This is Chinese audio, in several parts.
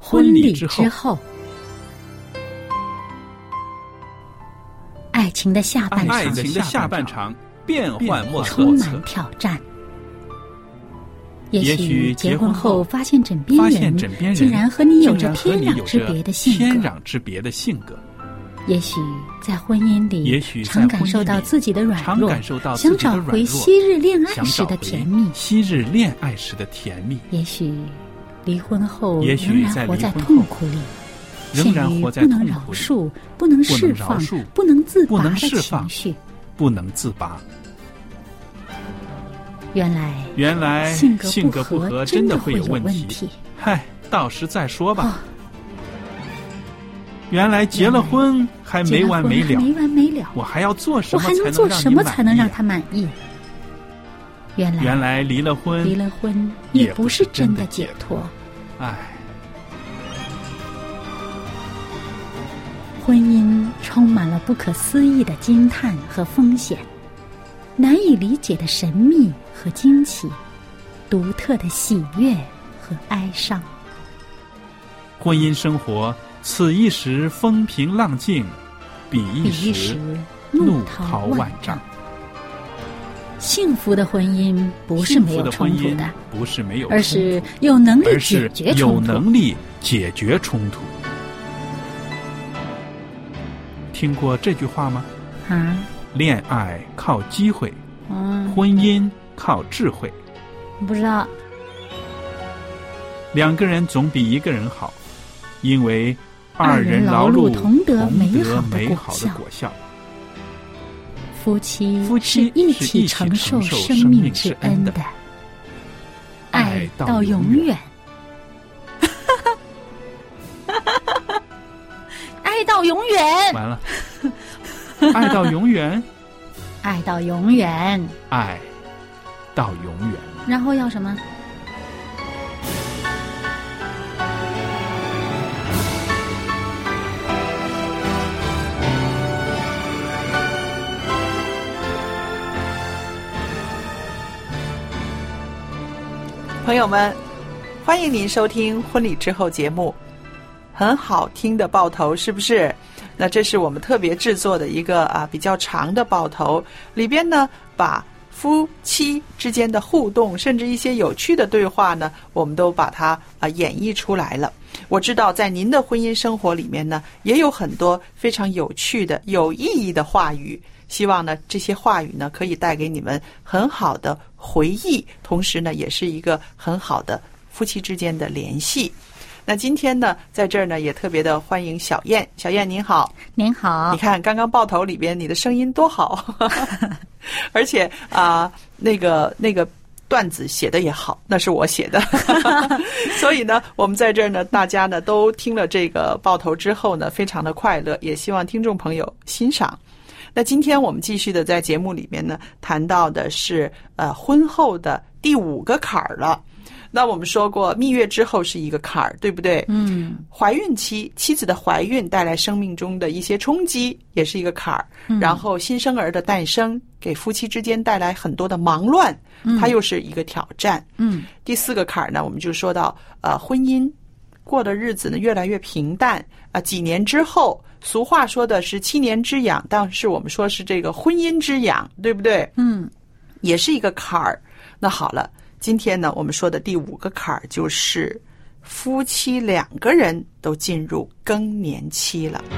婚礼之后，爱情的下半场变幻莫测，充满挑战。也许结婚后发现枕边人竟然和你有着天壤之别的性格。也许在婚姻里常感受到自己的软弱，想找回昔日恋爱时的甜蜜。也许离婚后仍然活在痛苦里，陷于不能饶恕、不能释放、不能自拔的情绪， 不能自拔。 原来性格不合真的会有问题。 嗨，到时再说吧。原来结了婚还没完没了，我还要做什么才能让他满意？原来离了婚也不是真的解脱。 唉， 婚姻充满了不可思议的惊叹和风险，难以理解的神秘和惊奇，独特的喜悦和哀伤。 婚姻生活此一时风平浪静，彼一时怒涛万丈。 幸福的婚姻不是没有冲突的，而是有能力解决冲突。 听过这句话吗？恋爱靠机会，婚姻靠智慧。 不知道。 两个人总比一个人好，因为二人劳碌同得美好的果效。 夫妻是一起承受生命之恩的，爱到永远。爱到永远。 完了。爱到永远。 爱到永远。 爱到永远。 然后要什么？ 朋友们，欢迎您收听婚礼之后节目。很好听的爆头，是不是？那这是我们特别制作的一个比较长的爆头，里边呢把夫妻之间的互动，甚至一些有趣的对话呢，我们都把它演绎出来了。我知道在您的婚姻生活里面呢，也有很多非常有趣的、有意义的话语。希望呢，这些话语呢，可以带给你们很好的回忆，同时呢，也是一个很好的夫妻之间的联系。那今天呢，在这儿呢，也特别的欢迎小燕。小燕您好。 您好。 你看刚刚爆头里边你的声音多好。而且那个段子写的也好，那是我写的。所以呢，我们在这儿呢，大家呢都听了这个爆头之后呢，非常的快乐，也希望听众朋友欣赏。那今天我们继续的在节目里面呢，谈到的是婚后的第5个坎儿了。那我们说过，蜜月之后是一个坎儿，对不对？怀孕期，妻子的怀孕带来生命中的一些冲击，也是一个坎儿。然后新生儿的诞生，给夫妻之间带来很多的忙乱，它又是一个挑战。第4个坎儿呢，我们就说到婚姻过的日子呢越来越平淡几年之后。俗话说的是7年之痒，但是我们说是这个婚姻之痒，对不对？也是一个坎儿。那好了，今天呢，我们说的第5个坎儿就是夫妻2个人都进入更年期了。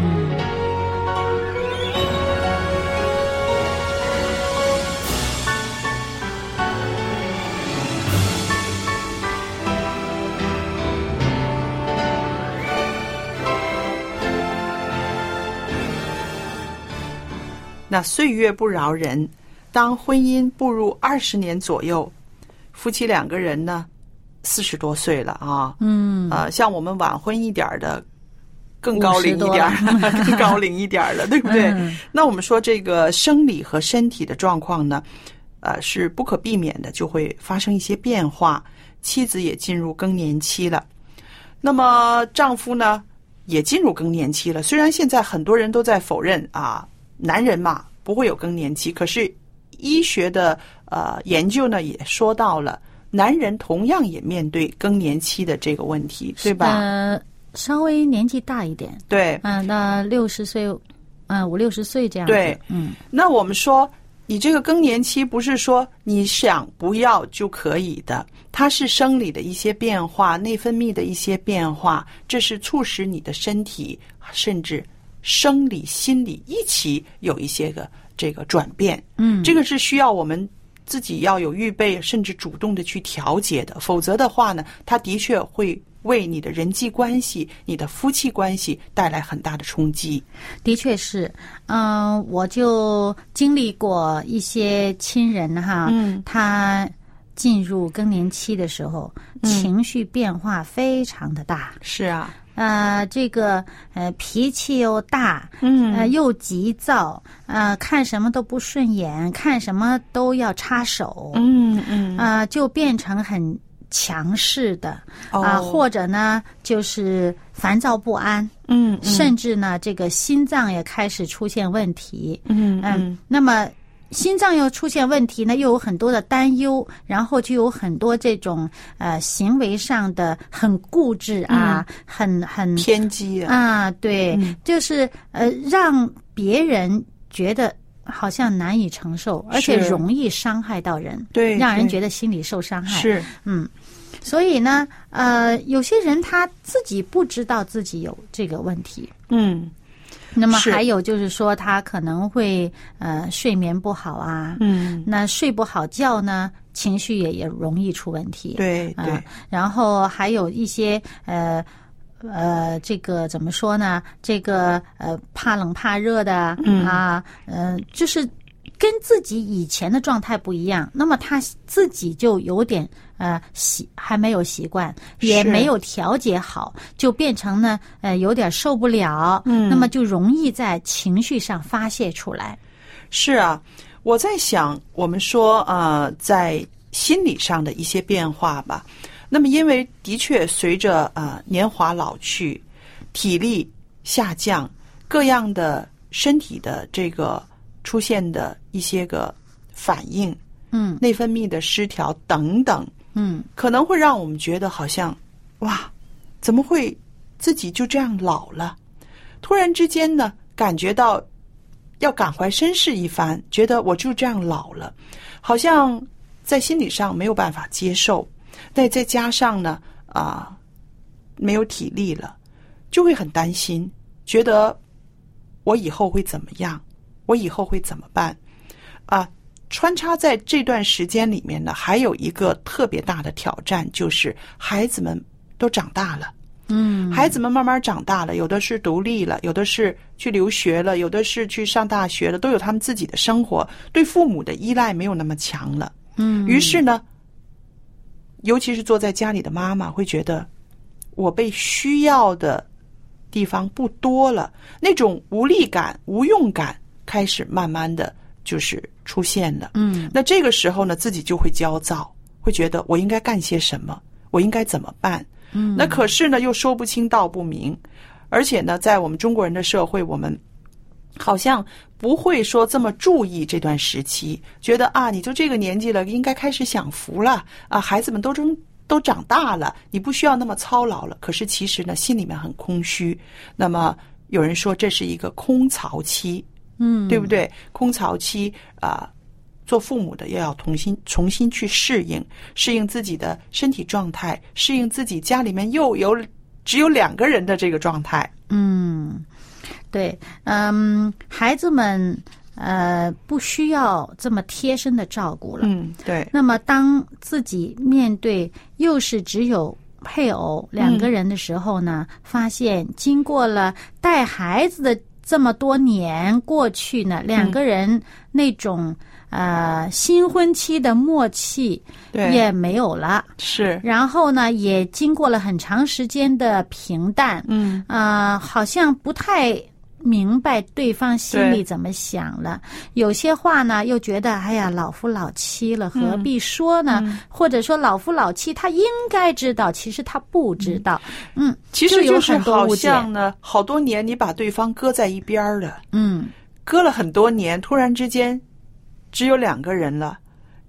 那岁月不饶人，当婚姻步入20年左右，夫妻2个人呢40多岁了啊。像我们晚婚一点的更高龄一点，更高龄一点了，对不对？那我们说这个生理和身体的状况呢，是不可避免的，就会发生一些变化。妻子也进入更年期了，那么丈夫呢也进入更年期了。虽然现在很多人都在否认男人嘛不会有更年期，可是医学的研究呢也说到了， 男人同样也面对更年期的这个问题，对吧？ 稍微年纪大一点， 对， 那60岁，50-60岁这样子， 对，那我们说，你这个更年期不是说你想不要就可以的，它是生理的一些变化，内分泌的一些变化，这是促使你的身体甚至生理、心理一起有一些个这个转变。这个是需要我们自己要有预备，甚至主动的去调节的，否则的话呢，它的确会为你的人际关系、你的夫妻关系带来很大的冲击。 的确是，我就经历过一些亲人哈，他进入更年期的时候，情绪变化非常的大。 是啊。 这个脾气又大，又急躁，看什么都不顺眼，看什么都要插手，就变成很强势的或者呢就是烦躁不安，甚至呢这个心脏也开始出现问题，那么心脏又出现问题呢，又有很多的担忧，然后就有很多这种行为上的很固执啊，很偏激啊，对，就是让别人觉得好像难以承受，而且容易伤害到人， 对， 让人觉得心里受伤害。 是， 所以呢，有些人他自己不知道自己有这个问题，那么还有就是说，他可能会睡眠不好啊，那睡不好觉呢，情绪也容易出问题， 对对， 然后还有一些这个怎么说呢？这个怕冷怕热的就是跟自己以前的状态不一样，那么他自己就有点还没有习惯，也没有调节好，就变成呢有点受不了，那么就容易在情绪上发泄出来。 是啊，我在想，我们说在心理上的一些变化吧。那么因为的确随着年华老去，体力下降，各样的身体的这个出现的一些个反应，内分泌的失调等等，可能会让我们觉得好像哇，怎么会自己就这样老了？突然之间呢，感觉到要感怀身世一番，觉得我就这样老了，好像在心理上没有办法接受。再加上呢没有体力了，就会很担心，觉得我以后会怎么样，我以后会怎么办穿插在这段时间里面呢，还有一个特别大的挑战，就是孩子们都长大了，孩子们慢慢长大了，有的是独立了，有的是去留学了，有的是去上大学了，都有他们自己的生活，对父母的依赖没有那么强了，于是呢，尤其是坐在家里的妈妈会觉得我被需要的地方不多了，那种无力感、无用感开始慢慢的就是出现了。那这个时候呢，自己就会焦躁，会觉得我应该干些什么，我应该怎么办？那可是呢又说不清道不明，而且呢在我们中国人的社会，我们好像不会说这么注意这段时期，觉得你就这个年纪了，应该开始享福了孩子们都长大了，你不需要那么操劳了。可是其实呢，心里面很空虚。那么有人说这是一个空巢期，对不对？空巢期做父母的要重新去适应自己的身体状态，适应自己家里面只有2个人的这个状态。 对，孩子们不需要这么贴身的照顾了。 对。 那么当自己面对又是只有配偶2个人的时候呢，发现经过了带孩子的这么多年过去呢，2个人那种新婚期的默契也没有了， 是。 然后呢，也经过了很长时间的平淡，好像不太明白对方心里怎么想了，有些话呢又觉得哎呀老夫老妻了何必说呢，或者说老夫老妻他应该知道，其实他不知道。 其实就是好像呢好多年你把对方搁在一边了，搁了很多年，突然之间只有2个人了，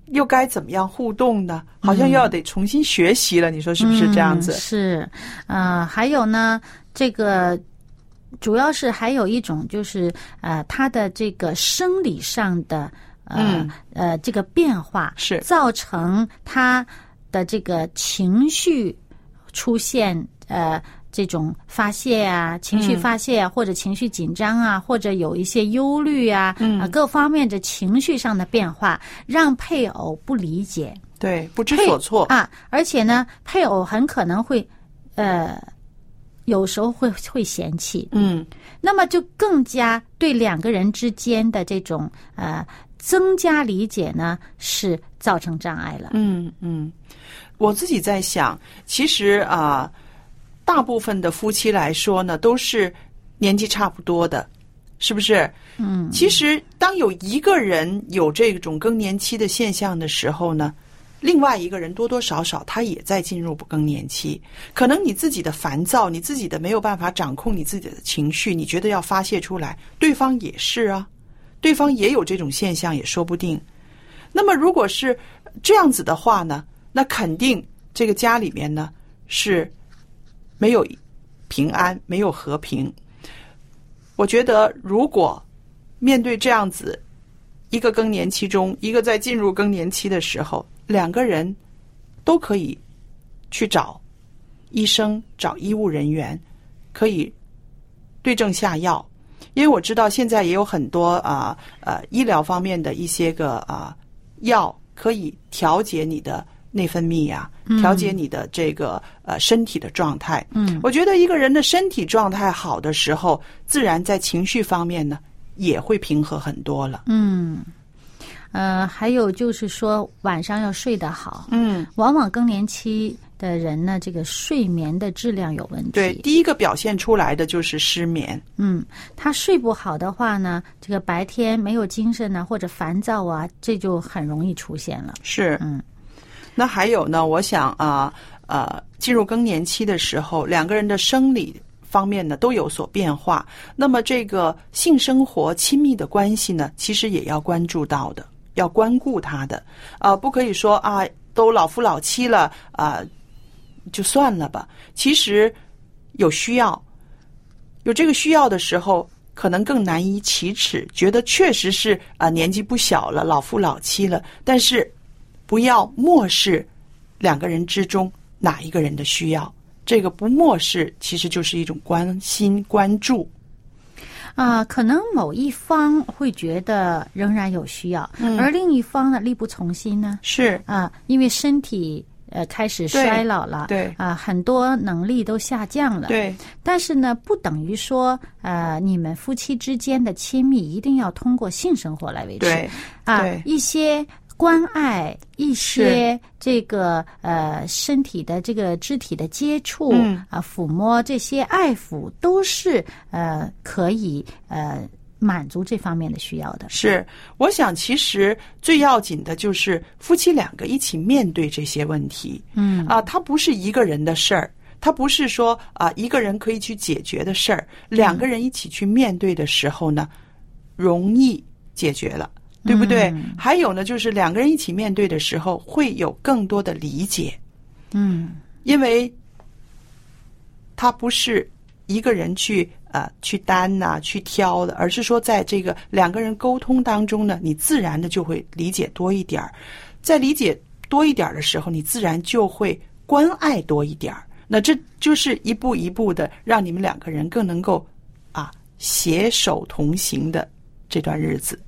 又该怎么样互动呢？好像又要得重新学习了，你说是不是这样子？ 是，还有呢，这个主要是还有一种就是他的这个生理上的这个变化是造成他的这个情绪出现这种发泄啊，情绪发泄啊，或者情绪紧张啊，或者有一些忧虑啊，各方面的情绪上的变化，让配偶不理解， 对，不知所措啊，而且呢，配偶很可能会有时候会嫌弃，那么就更加对两个人之间的这种增加理解呢，是造成障碍了。 我自己在想，其实大部分的夫妻来说呢，都是年纪差不多的，是不是？其实当有一个人有这种更年期的现象的时候呢，另外一个人多多少少他也在进入更年期。可能你自己的烦躁，你自己的没有办法掌控你自己的情绪，你觉得要发泄出来，对方也是啊，对方也有这种现象也说不定。那么如果是这样子的话呢，那肯定这个家里面呢是没有平安，没有和平。我觉得如果面对这样子一个更年期中，一个在进入更年期的时候，两个人都可以去找医生，找医务人员，可以对症下药。因为我知道现在也有很多医疗方面的一些个药可以调节你的内分泌啊，调节你的这个身体的状态。我觉得一个人的身体状态好的时候，自然在情绪方面呢也会平和很多了。 还有就是说晚上要睡得好。往往更年期的人呢，这个睡眠的质量有问题。 对，第一个表现出来的就是失眠。 他睡不好的话呢，这个白天没有精神啊，或者烦躁啊，这就很容易出现了。 是，那还有呢，我想进入更年期的时候，两个人的生理方面呢都有所变化。那么这个性生活、亲密的关系呢，其实也要关注到的，要关顾他的。不可以说都老夫老妻了就算了吧。其实有需要，有这个需要的时候，可能更难以启齿，觉得确实是年纪不小了，老夫老妻了，但是不要漠视两个人之中哪一个人的需要。这个不漠视其实就是一种关心关注。 可能某一方会觉得仍然有需要，而另一方呢力不从心呢。 是因为身体开始衰老了， 对很多能力都下降了， 对。 但是呢，不等于说你们夫妻之间的亲密一定要通过性生活来维持。 对一些关爱，一些这个身体的这个肢体的接触，抚摸，这些爱抚都是可以满足这方面的需要的。是， 我想其实最要紧的就是夫妻两个一起面对这些问题。它不是一个人的事儿，它不是说一个人可以去解决的事儿，两个人一起去面对的时候呢，容易解决了。对不对？还有呢，就是两个人一起面对的时候，会有更多的理解。因为他不是一个人去担去挑的，而是说在这个两个人沟通当中呢，你自然的就会理解多一点。在理解多一点的时候，你自然就会关爱多一点。那这就是一步一步的，让你们两个人更能够携手同行的这段日子。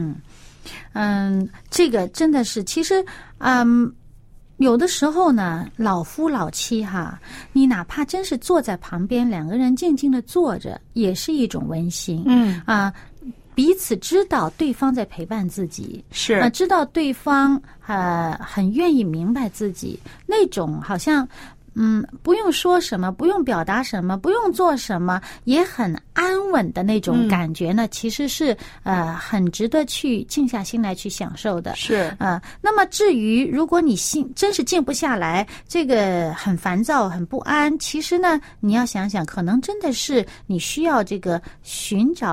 这个真的是，其实有的时候呢，老夫老妻你哪怕真是坐在旁边，两个人静静的坐着，也是一种温馨。彼此知道对方在陪伴自己，是知道对方很愿意明白自己，那种好像不用说什么，不用表达什么，不用做什么，也很安稳的那种感觉呢，其实是很值得去静下心来去享受的。是那么至于如果你心真是静不下来，这个很烦躁很不安，其实呢你要想想，可能真的是你需要这个寻找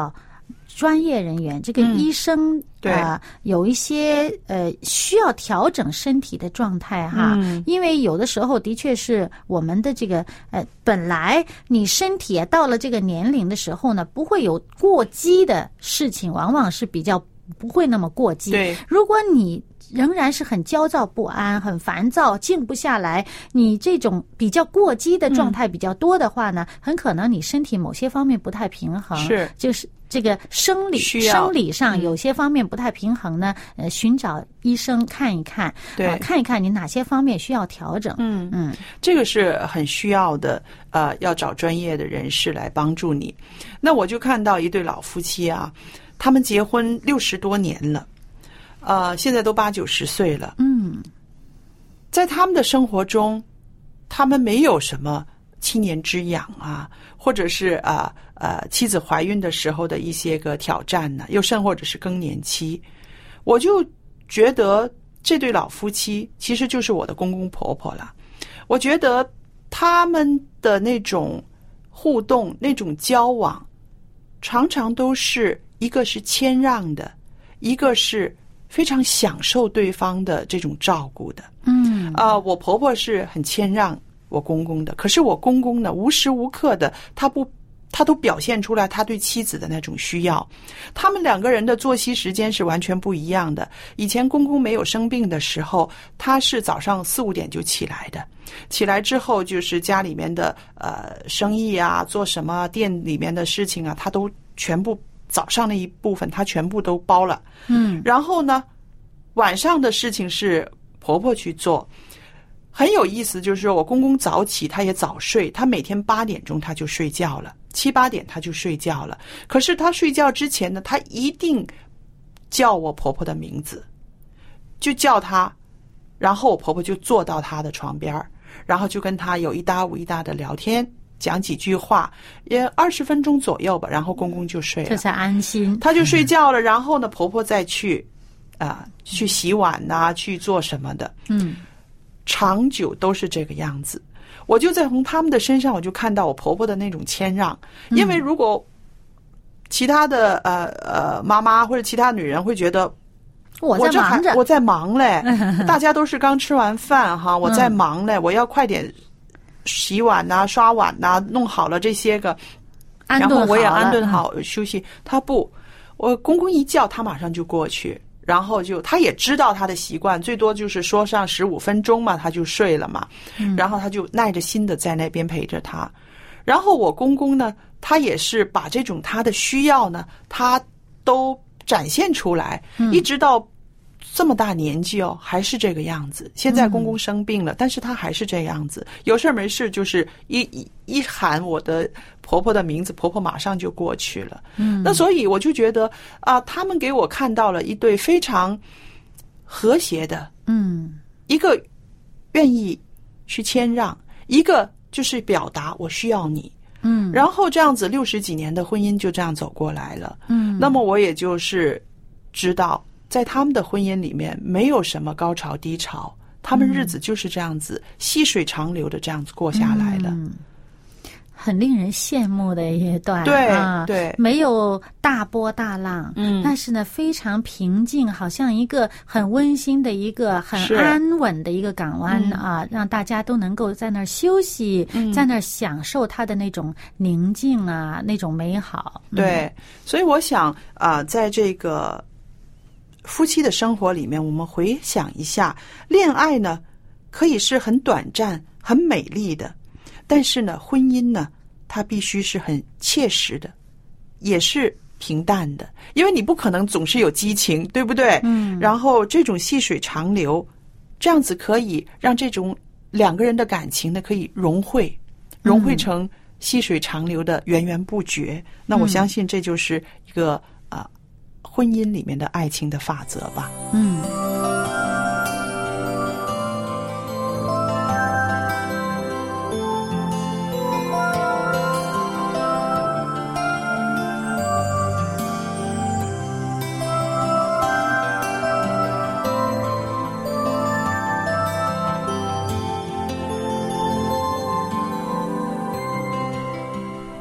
专业人员，这个医生有一些需要调整身体的状态哈，因为有的时候的确是我们的这个本来你身体到了这个年龄的时候呢，不会有过激的事情，往往是比较不会那么过激。 对， 如果你仍然是很焦躁不安、很烦躁、静不下来，你这种比较过激的状态比较多的话呢，很可能你身体某些方面不太平衡， 是就是这个生理上有些方面不太平衡呢，寻找医生看一看， 对， 看一看你哪些方面需要调整。 这个是很需要的，要找专业的人士来帮助你。那我就看到一对老夫妻啊，他们结婚60多年了。现在都80、90岁了。在他们的生活中，他们没有什么7年之痒啊，或者是妻子怀孕的时候的一些个挑战呢，又甚或者是更年期。我就觉得这对老夫妻其实就是我的公公婆婆了。我觉得他们的那种互动、那种交往，常常都是一个是谦让的，一个是非常享受对方的这种照顾的。我婆婆是很谦让我公公的，可是我公公呢，无时无刻的他都表现出来他对妻子的那种需要。他们2个人的作息时间是完全不一样的。以前公公没有生病的时候，他是早上4、5点就起来的，起来之后就是家里面的生意啊，做什么店里面的事情啊，他都全部早上那一部分他全部都包了。然后呢，晚上的事情是婆婆去做。很有意思，就是我公公早起，他也早睡，他每天8点钟他就睡觉了，7、8点他就睡觉了。可是他睡觉之前呢，他一定叫我婆婆的名字，就叫她，然后我婆婆就坐到他的床边，然后就跟他有一搭无一搭的聊天，讲几句话，也20分钟左右吧，然后公公就睡了， 这才安心， 他就睡觉了。然后呢，婆婆再去洗碗啊，去做什么的。长久都是这个样子。我就在从他们的身上，我就看到我婆婆的那种谦让。因为如果其他的妈妈或者其他女人会觉得我在忙嘞，大家都是刚吃完饭哈，我在忙嘞，我要快点洗碗呐、刷碗呐，弄好了这些个，然后我也安顿好休息。他不，我公公一叫，他马上就过去。然后他也知道他的习惯，最多就是说上15分钟嘛，他就睡了嘛。然后他就耐着心的在那边陪着他。然后我公公呢，他也是把这种他的需要呢，他都展现出来，一直到这么大年纪哦，还是这个样子。现在公公生病了，但是他还是这样子，有事没事就是一喊我的婆婆的名字，婆婆马上就过去了。那所以我就觉得他们给我看到了一对非常和谐的，一个愿意去谦让，一个就是表达我需要你。然后这样子60几年的婚姻就这样走过来了。那么我也就是知道，在他们的婚姻里面没有什么高潮低潮，他们日子就是这样子细水长流的这样子过下来了。 很令人羡慕的一段， 对， 没有大波大浪，但是呢非常平静，好像一个很温馨的一个很安稳的一个港湾啊，让大家都能够在那儿休息，在那儿享受它的那种宁静啊，那种美好。 对，所以我想在这个夫妻的生活里面，我们回想一下，恋爱呢可以是很短暂、很美丽的，但是呢，婚姻呢，它必须是很切实的，也是平淡的，因为你不可能总是有激情，对不对？然后这种细水长流，这样子可以让这种2个人的感情呢，可以融汇成细水长流的源源不绝。那我相信这就是一个婚姻里面的爱情的法则吧。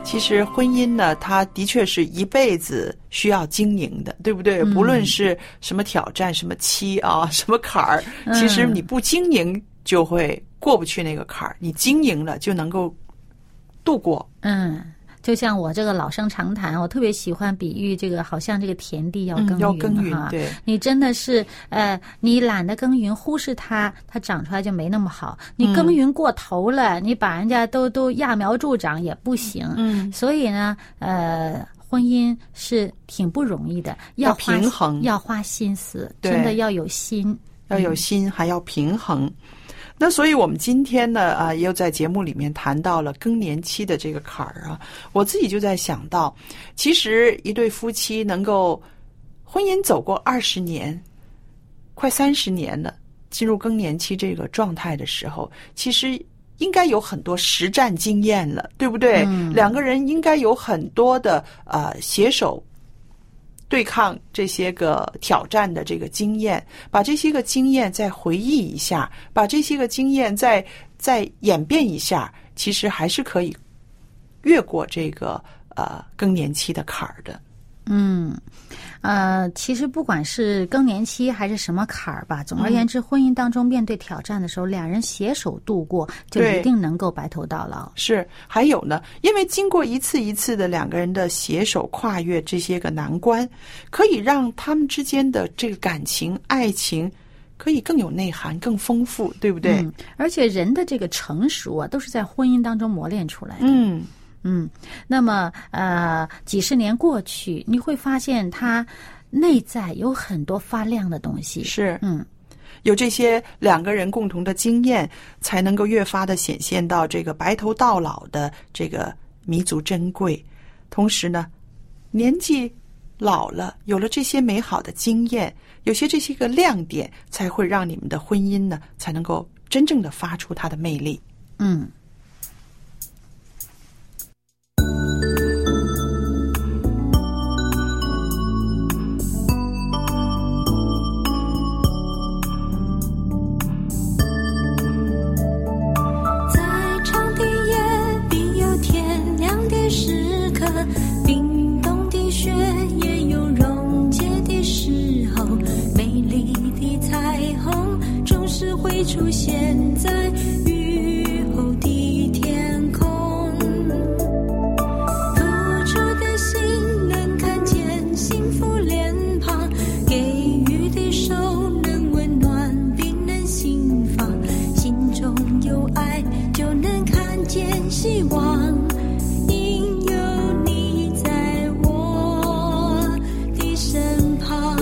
其实婚姻呢，它的确是一辈子需要经营的，对不对？不论是什么挑战、什么期啊、什么坎儿，其实你不经营就会过不去那个坎儿，你经营了就能够度过。 就像我这个老生常谈，我特别喜欢比喻这个，好像这个田地要耕耘哈。 对， 你真的是你懒得耕耘，忽视它长出来就没那么好。你耕耘过头了，你把人家都揠苗助长也不行。所以呢，婚姻是挺不容易的， 要平衡， 要花心思，真的要有心， 要有心，还要平衡。那所以我们今天呢，又在节目里面谈到了更年期的这个坎儿啊，我自己就在想到，其实一对夫妻能够婚姻走过20年，快30年了，进入更年期这个状态的时候，其实应该有很多实战经验了，对不对？两个人应该有很多的携手对抗这些个挑战的这个经验，把这些个经验再回忆一下，把这些个经验再演变一下，其实还是可以越过这个更年期的坎儿的。 其实不管是更年期还是什么坎儿吧，总而言之，婚姻当中面对挑战的时候，两人携手度过，就一定能够白头到老。 是，还有呢，因为经过一次一次的两个人的携手跨越这些个难关，可以让他们之间的这个感情、爱情可以更有内涵、更丰富，对不对？ 而且人的这个成熟啊，都是在婚姻当中磨练出来的。那么几十年过去，你会发现他内在有很多发亮的东西。 是，有这些两个人共同的经验，才能够越发的显现到这个白头到老的这个弥足珍贵。同时呢，年纪老了，有了这些美好的经验，有些这些个亮点，才会让你们的婚姻呢，才能够真正的发出它的魅力。 出现在雨后的天空，付出的心能看见幸福脸庞，给予的手能温暖冰冷心房，心中有爱就能看见希望，因有你在我的身旁。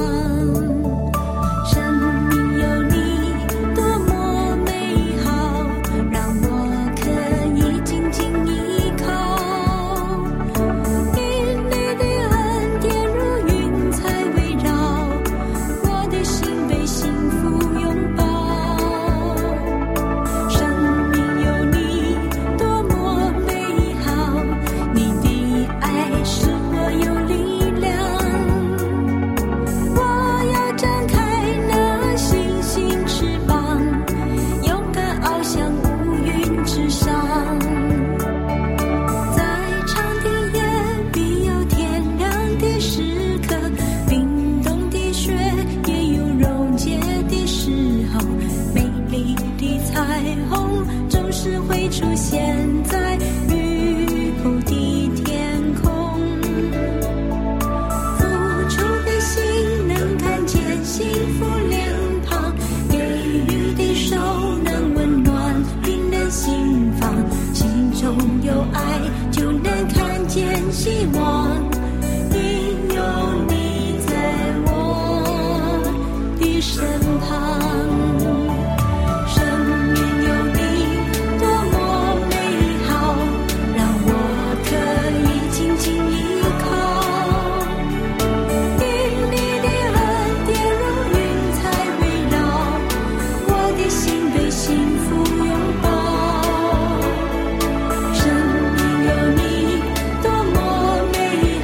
美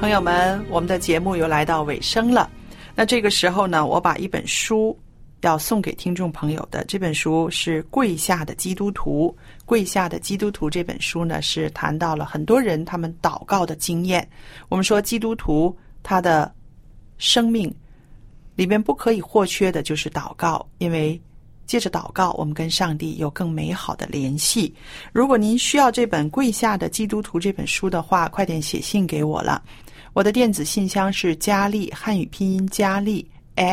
朋友们，我们的节目又来到尾声了。那这个时候呢，我把一本书要送给听众朋友的，这本书是《跪下的基督徒》。《跪下的基督徒》这本书呢，是谈到了很多人他们祷告的经验。我们说基督徒他的生命里面不可以或缺的就是祷告，因为借着祷告我们跟上帝有更美好的联系。如果您需要这本《跪下的基督徒》这本书的话，快点写信给我了。我的电子信箱是佳丽，汉语拼音佳丽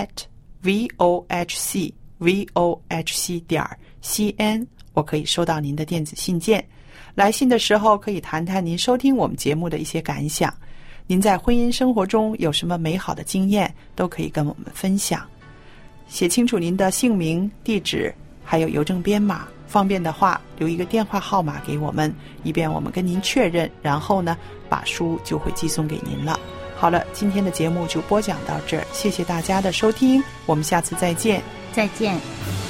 @vohc.cn， 我可以收到您的电子信件。来信的时候可以谈谈您收听我们节目的一些感想，您在婚姻生活中有什么美好的经验，都可以跟我们分享。写清楚您的姓名、地址还有邮政编码，方便的话留一个电话号码给我们，以便我们跟您确认，然后呢把书就会寄送给您了。好了，今天的节目就播讲到这儿，谢谢大家的收听，我们下次再见。 再见。